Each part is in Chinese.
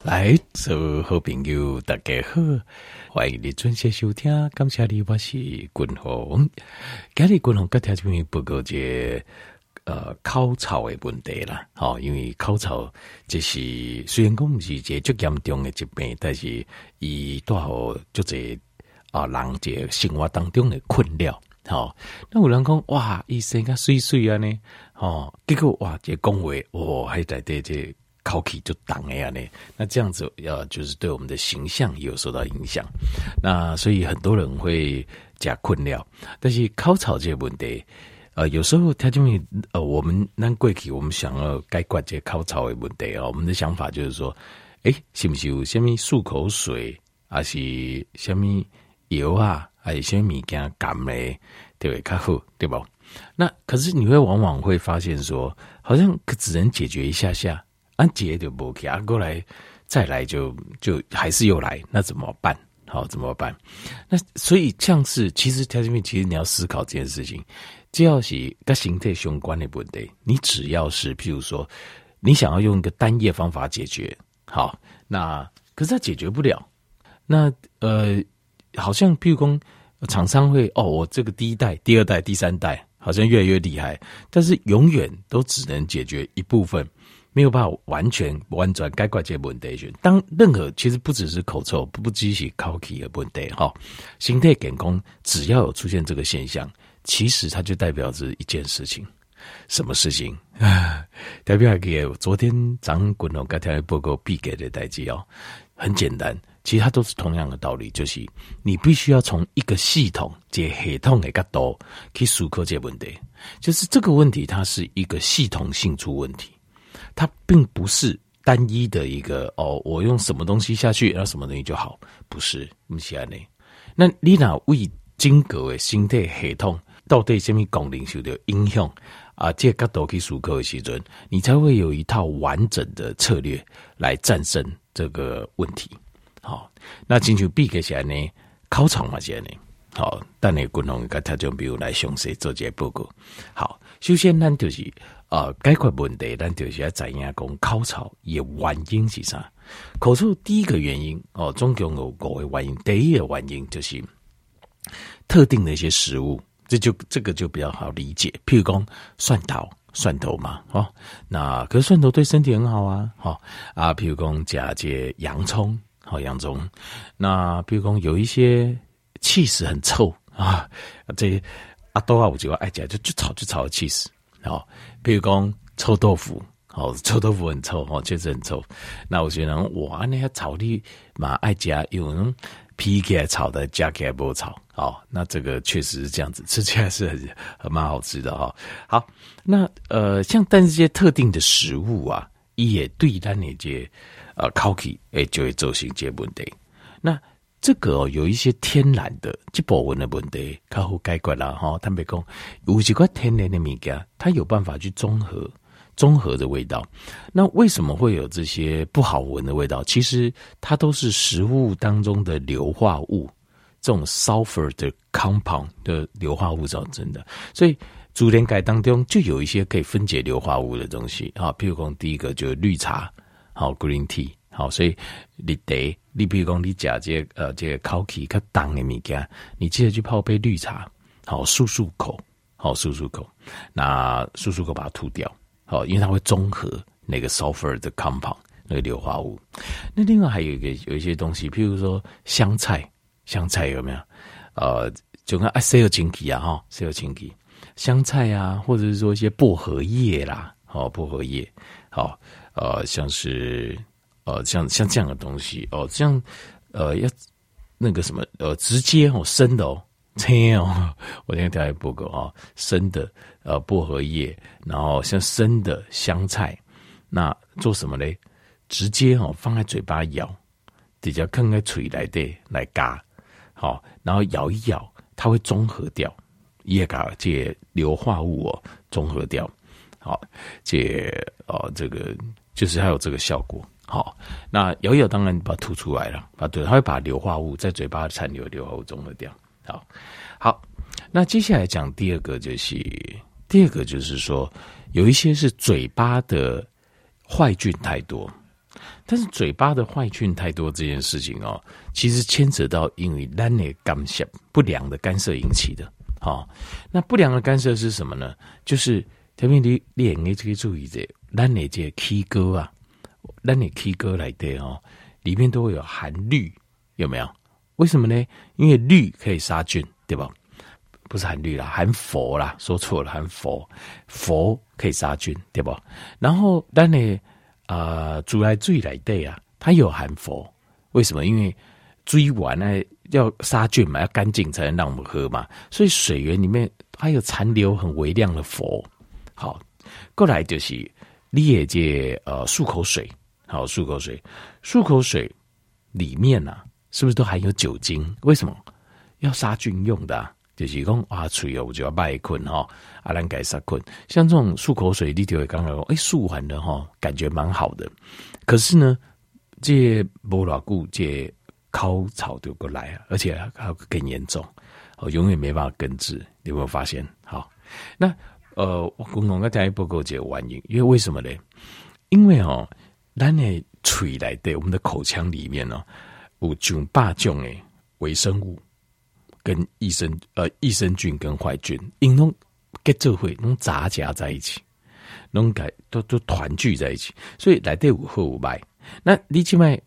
来，所有好朋友大家好，欢迎你准时收听，感谢你，我是君鸿。今日君鸿跟听众朋友报告这口臭的问题啦，因为口臭这是虽然讲不是一个最严重的疾病，但是伊带予足侪人这生活当中的困扰。那有人讲哇，伊生甲水水啊呢，结果哇，这讲话还在这口气就重的啊呢，那这样子就是对我们的形象也有受到影响。那所以很多人会加困扰，但是口臭这个问题。有时候他就会我们咱过去我们想要解决这口臭的问题我们的想法就是说，是不是有什么漱口水，还是什么油啊，还是什么物件甘嘞，对不对？较好，对吧？那可是你会往往会发现说，好像只能解决一下下，解就不起，过来再来就还是又来，那怎么办？怎么办？那所以像是其实条件其实你要思考这件事情。只要是跟形态相关的问题，你只要是譬如说你想要用一个单一方法解决，好，那可是它解决不了。那好像譬如说厂商会我这个第一代、第二代、第三代好像越来越厉害，但是永远都只能解决一部分，没有办法完全解决这个问题。当任何其实不只是口臭，不只是口气的问题形态健康只要有出现这个现象，其实它就代表着一件事情。什么事情？代表给昨天张滚龙跟台报告必给的代志很简单，其实它都是同样的道理，就是你必须要从一个系统、这系统的角度去思考这个问题。就是这个问题，它是一个系统性出问题，它并不是单一的一个我用什么东西下去，然后什么东西就好，不是这样的。那你哪为整个的身体系统到底什么功能受到影响这个角度去思考的时候，你才会有一套完整的策略来战胜这个问题。好，那进去避开起来呢，考场嘛些呢。好，等下君鸿跟听众朋友来详细做这个报告。好，首先咱就是解决问题，咱就是要知影讲口臭的原因是啥。口臭第一个原因总共有5个原因。第一个原因就是特定的一些食物，这个就比较好理解。譬如说蒜头嘛，那可是蒜头对身体很好啊，譬如说加这洋葱，那譬如说有一些起司很臭这都我就爱吃，就炒起司譬如说臭豆腐。臭豆腐很臭确实很臭。那我觉得哇，那些炒你嘛爱加有那种皮起来炒的，加起来不炒那这个确实是这样子，吃起来是很蛮好吃的好，那像但是这些特定的食物啊，也对咱的这口气就会造成这些问题。那这个有一些天然的这部分的问题较好解决啦坦白讲，有一个天然的物件，它有办法去综合的味道。那为什么会有这些不好闻的味道？其实它都是食物当中的硫化物，这种 sulfur 的 compound 的硫化物造成的。所以主联改当中就有一些可以分解硫化物的东西譬如说第一个就是绿茶green tea 所以你比如说你吃这个口气较重的物件，你记得去泡杯绿茶漱口，那漱口把它吐掉因为它会中和那个 sulfur 的 compound 那个硫化物。那另外还有一些东西，譬如说香菜有没有就跟洗了清气香菜啊，或者是说一些薄荷叶啦薄荷叶像是像这样的东西像要那个什么直接生的我今天调一报告生的薄荷叶，然后像生的香菜，那做什么呢？直接放在嘴巴咬，直接放在嘴来的来嘎然后咬一咬，它会中和掉，也把这硫化物中和掉这个就是它有这个效果那咬一咬当然把它吐出来了，它会把硫化物在嘴巴残留硫化物中和掉。好，那接下来讲第二个就是说，有一些是嘴巴的坏菌太多但是嘴巴的坏菌太多这件事情哦，其实牵扯到因为咱的干涉不良的干涉引起的。好，那不良的干涉是什么呢？就是特别你也应该注意这咱的这K歌啊，咱的K歌来的哦，里面都会有含氯，有没有？为什么呢？因为氯可以杀菌，对吧？不是含氯啦，含氟啦，说错了，含氟，氟可以杀菌，对吧？然后咱的煮来水来的啊，它有含氟，为什么？因为水完呢要杀菌嘛，要干净才能让我们喝嘛，所以水源里面还有残留很微量的氟。好，过来就是你的这漱口水，好，漱口水里面啊，是不是都含有酒精？为什么？要杀菌用的啊。就是讲嘴我就要卖困哈，咱改杀困。像这种漱口水，你就会刚刚说，漱完了哈，感觉蛮好的。可是呢，这没多久，这高潮就过来了，而且还更严重，永远没办法根治。你有没有发现？好，那我刚刚讲报告这个原因，因为为什么呢？因为咱的嘴来的，我们的口腔里面有100种的微生物。跟益生菌跟坏菌，因拢结做伙，拢杂夹在一起，拢都团聚在一起，所以内底有好有歹。那你即摆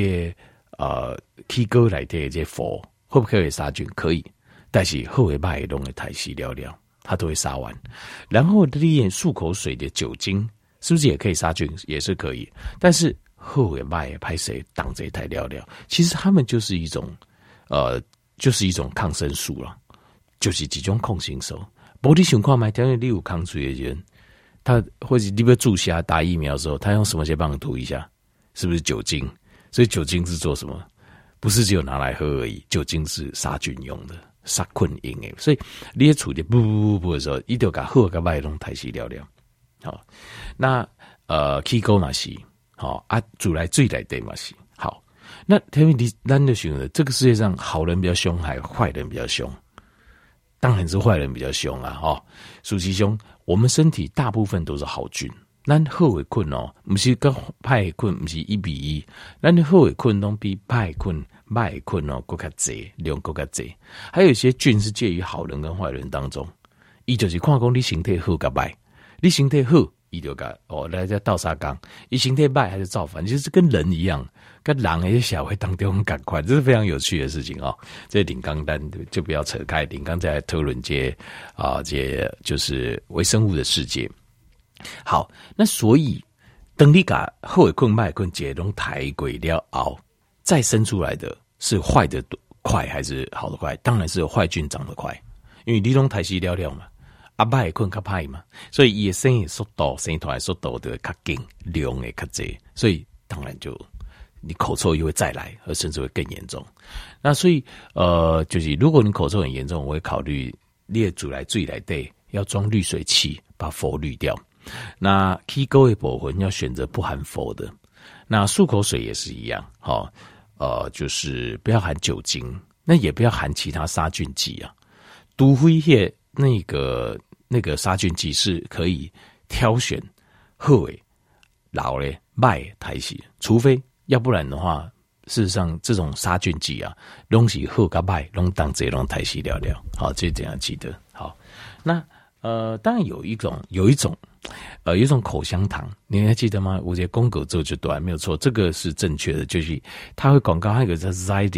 K 歌内底这氟会不会可以杀菌？可以，但是好的歹拢会太细了了，它都会杀完。然后你漱口水的酒精是不是也可以杀菌？也是可以，但是好的歹拍谁挡这太了了，其实他们就是一种抗生素了，就是几种抗生素。不你想看吗？假如你有抗水的人，他或者你要注射打疫苗的时候，他用什么先帮你涂一下？是不是酒精？所以酒精是做什么？不是只有拿来喝而已，酒精是杀菌用的，杀菌用的。所以你在处理不的时候，一定要把好跟坏弄太细了了。好，那起锅嘛是好啊，煮来水来对嘛是好。那特别咱就想了，这个世界上好人比较凶，还坏人比较凶？当然是坏人比较凶啊！苏其兄，我们身体大部分都是好菌，咱好的菌不是跟歹的菌不是1:1，咱的好的菌都比歹的菌、歹的菌更加多，量更加多。还有一些菌是介于好人跟坏人当中，伊就是看讲你身体好跟歹，你身体好。伊就讲来在倒沙缸，伊身体败还是造反，就是跟人一样，跟狼那些小会当中赶快，这是非常有趣的事情哦。这领刚单就不要扯开，领刚在讨论这就是微生物的世界。好，那所以等你把好的菌、坏的菌解拢抬轨了后，再生出来的是坏的快还是好的快？当然是有坏菌长得快，因为你拢抬细了了嘛。歹的菌较歹嘛，所以伊的生团的速度就会较紧，量会较多，所以当然就你口臭又会再来，而甚至会更严重。那所以就是如果你口臭很严重，我会考虑你的煮来水来底要装滤水器，把氟滤掉。那起锅的部分要选择不含氟的。那漱口水也是一样，就是不要含酒精，那也不要含其他杀菌剂啊，除非那个杀菌剂是可以挑选好的、老的、坏的台系，除非要不然的话，事实上这种杀菌剂啊，拢是好跟坏拢当这种台系了了。好，这点要记得。好，那当然有一种口香糖，你还记得吗？我觉得公狗做就对，没有错，这个是正确的，就是它会广告，还有一个叫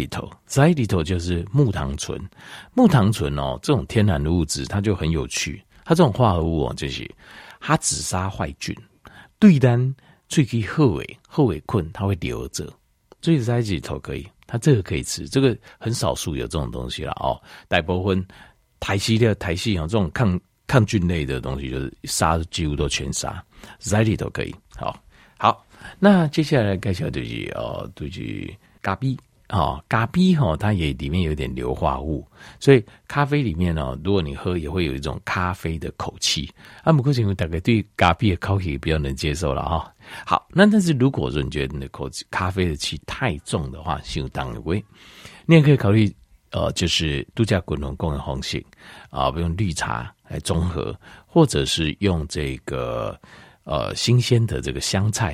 xylitol 就是木糖醇。木糖醇这种天然的物质，它就很有趣。它这种化合物就是它只杀坏菌，对单最可以好的菌它会留着，所以xylitol可以，它这个可以吃，这个很少数有这种东西啦大部分台系这种抗菌类的东西就是杀几乎都全杀 ，xylitol 都可以。好，那接下来介绍就是咖啡。咖啡它也里面有点硫化物，所以咖啡里面如果你喝也会有一种咖啡的口气。不过大概对咖啡的口气比较能接受了好，那但是如果说你觉得你的咖啡的气太重的话，相当的味，你也可以考虑就是度假滚轮功的方式用绿茶来中和，或者是用这个新鲜的这个香菜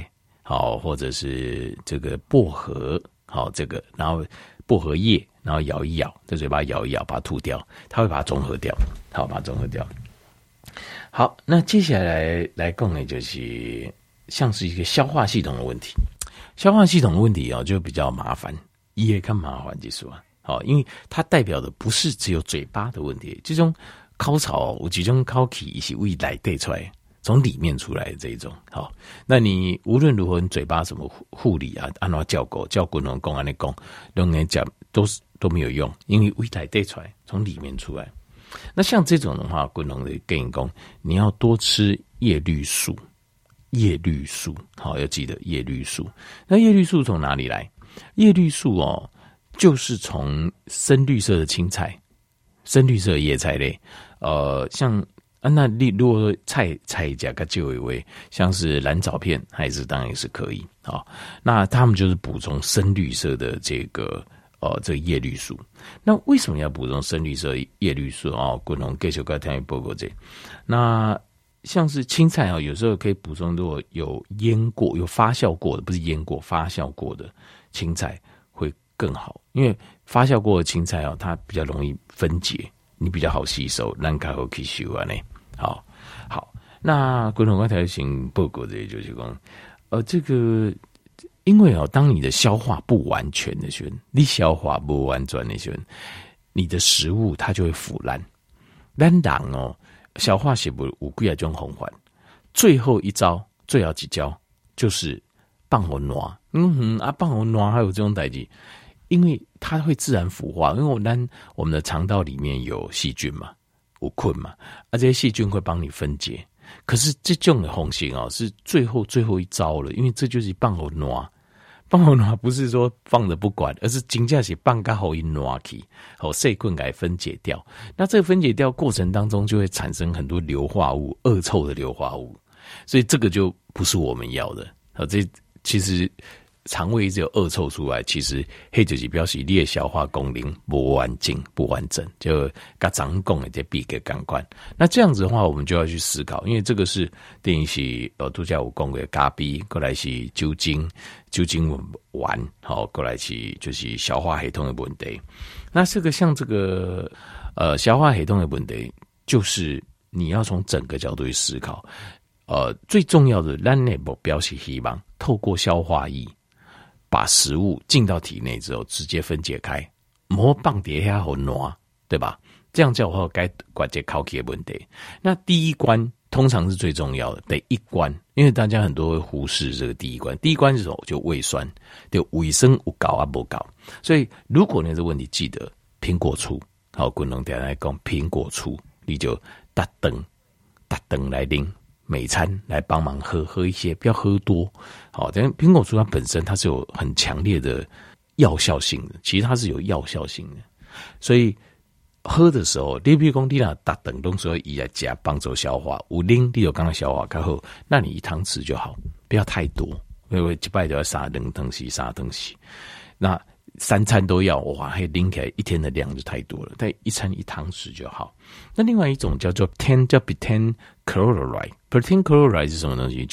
好，或者是这个薄荷，好，这个然后薄荷叶，然后咬一咬，在嘴巴咬一咬，把它吐掉，它会把它中和掉，好，把它中和掉。好，那接下来讲呢，就是像是一个消化系统的问题。消化系统的问题就比较麻烦，也看麻烦技术啊。好，因为它代表的不是只有嘴巴的问题，这种口槽有几种口气是胃来带出来，从里面出来的这一种。好，那你无论如何，你嘴巴怎么护理啊，按照叫滚龙讲，按你讲，用人讲都没有用，因为胃来带出来，从里面出来。那像这种的话，滚龙的跟你讲，你要多吃叶绿素。叶绿素，好，要记得叶绿素。那叶绿素从哪里来？叶绿素就是从深绿色的青菜、深绿色的叶菜类，像那如果说菜加个就一味，像是蓝藻片，还是当然也是可以。好，那他们就是补充深绿色的这个叶绿素。那为什么要补充深绿色叶绿素滚龙继续跟大家报告这。那像是青菜有时候可以补充，如果有腌过、有发酵过的，不是腌过，发酵过的青菜会更好，因为发酵过的青菜它比较容易分解，你比较好吸收，咱较好吸收啊呢。好，那滚龙刚才行报告的就是讲，这个因为当你的消化不完全的时候，你消化不完全的时候，你的食物它就会腐烂。咱人消化是不有几种方法，最后一招最后几招就是放火暖。放火暖还有这种代志，因为它会自然腐化，因为我们的肠道里面有细菌嘛，有菌嘛，这些细菌会帮你分解。可是这种的方式是最后一招了，因为这就是放火暖。放火暖不是说放着不管，而是真正是放到后一暖去，细菌给分解掉。那这个分解掉过程当中，就会产生很多硫化物，恶臭的硫化物，所以这个就不是我们要的。这其实肠胃一直有恶臭出来，其实那就是表示你的消化功能不完整，就跟长讲的这比个感官。那这样子的话，我们就要去思考，因为这个是等于是都叫我讲的咖啡，过来是酒精丸，好，过来是就是消化系统的问题。那这个像这个消化系统的问题，就是你要从整个角度去思考。最重要的，咱的目标是希望透过消化液。把食物进到体内之后，直接分解开，莫放底下好暖，对吧？这样叫我该关节考起的问题。那第一关通常是最重要的，第一关，因为大家很多会忽视这个第一关。第一关是什么？就胃酸，就胃酸有高啊不高。所以如果你这个问题记得苹果醋，好，滚龙点来讲苹果醋，你就搭灯来啉。每餐来帮忙喝一些，不要喝多。好，但苹果醋它本身它是有很强烈的药效性的，其实它是有药效性的，所以喝的时候，你比如说你那打等东西以来加帮助消化，有啉你就刚刚消化开后，那你1汤匙就好，不要太多，因为一拜就要3汤匙，那3餐都要，哇，还拎起来一天的量就太多了，但一餐1汤匙就好。那另外一种叫做betaine chloride。betaine chloride 是什么东西？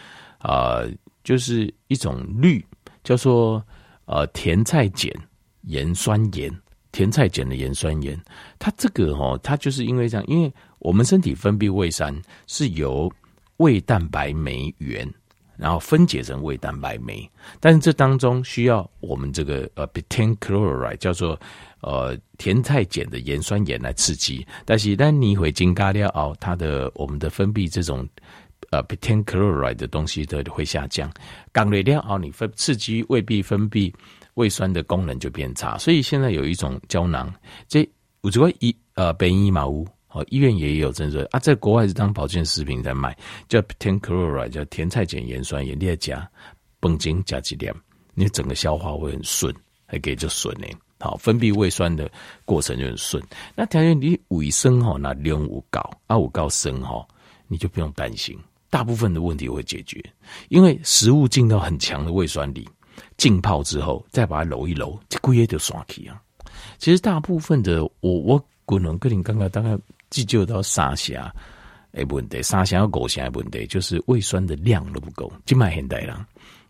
就是一种氯，叫做甜菜碱盐酸盐。甜菜碱的盐酸盐，它这个它就是因为这样，因为我们身体分泌胃酸是由胃蛋白酶原。然后分解成胃蛋白酶，但是这当中需要我们这个betaine chloride 叫做甜菜碱的盐酸盐来刺激，但是当你会增加了我们的分泌这种betaine chloride 的东西的会下降，降了了你刺激胃壁分泌胃酸的功能就变差，所以现在有一种胶囊，这有这个北医嘛有。医院也有诊所在国外是当保健食品在卖，叫 betaine chloride， 叫甜菜碱盐酸盐，你要加饭前加几点，你整个消化会很顺，还可以就顺呢。好，分泌胃酸的过程就很顺。那条件你胃酸那量有高有高深你就不用担心，大部分的问题会解决，因为食物进到很强的胃酸里，浸泡之后再把它揉一揉，这几个就散去啊。其实大部分的我可能跟你刚刚大概记就到3下的问题，3下到5下的问题，就是胃酸的量都不够。现在现代人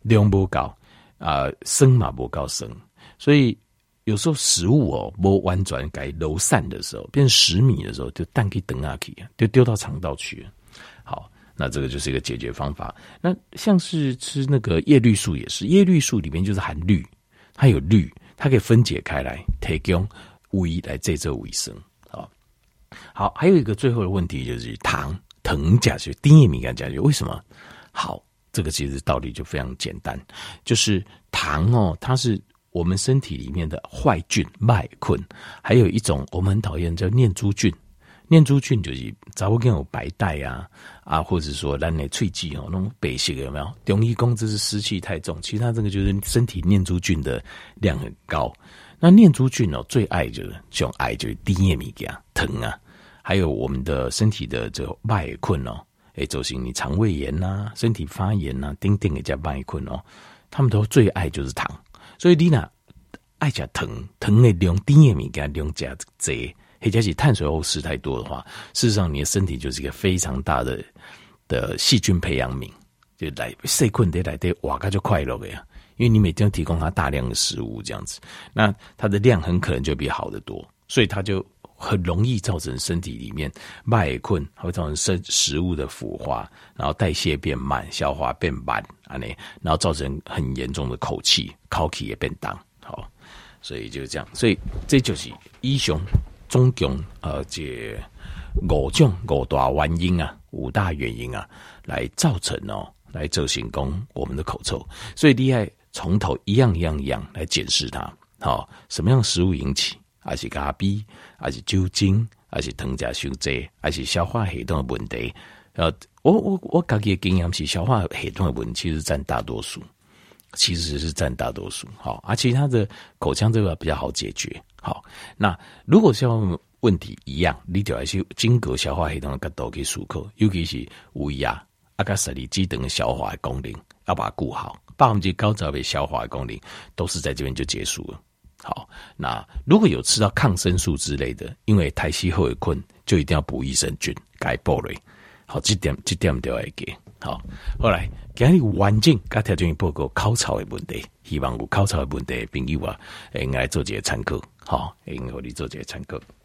量不高生嘛不高生，所以有时候食物不完全该流散的时候，变成食糜的时候，就蛋可以等下去，就丢到肠道去了。好，那这个就是一个解决方法。那像是吃那个叶绿素也是，叶绿素里面就是含氯，它有氯，它可以分解开来，提供胃来这卫生。好，还有一个最后的问题就是糖甲醛、低盐敏感甲醛为什么？好，这个其实道理就非常简单，就是糖它是我们身体里面的坏菌麦昆，还有一种我们很讨厌叫念珠菌。念珠菌就是查某囝有白带或者说咱的喙齿那种白色的有没有？中医讲这是湿气太重，其实它这个就是身体念珠菌的量很高。那念珠菌最爱就是这种爱就是低盐物件糖还有我们的身体的这个麦昆造成你肠胃炎身体发炎等等的叫麦昆他们都最爱就是糖，所以你若爱吃糖的量低盐物件量加多，或者是碳水化合物吃太多的话，事实上你的身体就是一个非常大的细菌培养皿，就来细菌在来的哇个就快乐了呀，因为你每天提供它大量的食物这样子，那它的量很可能就比好的多，所以它就很容易造成身体里面麦困，会造成食物的腐化，然后代谢变慢，消化变慢然后造成很严重的口气也变重。好，所以就这样，所以这就是以上总共这五大原因5大原因来造成来造成讲我们的口臭，所以你要从头一样来检视它。好，什么样的食物引起？还是咖啡，还是酒精，还是糖加太多，还是消化系统的问题？我自己的经验是消化系统的问题其实占大多数，好，其他的口腔这个比较好解决。好，那如果消化问题一样，你就要是经过消化系统的角度去思考，尤其是胃跟十二指等的消化的功能要把它顾好，90%的消化的功能都是在这边就结束了。好，那如果有吃到抗生素之类的，因为太稀后的困，就一定要补益生菌，该补嘞。好，这点就要给。好，后来今日完整甲条件报告考察的问题，希望有考察的问题的朋友应该做一个参考。好，应该你做一个参考。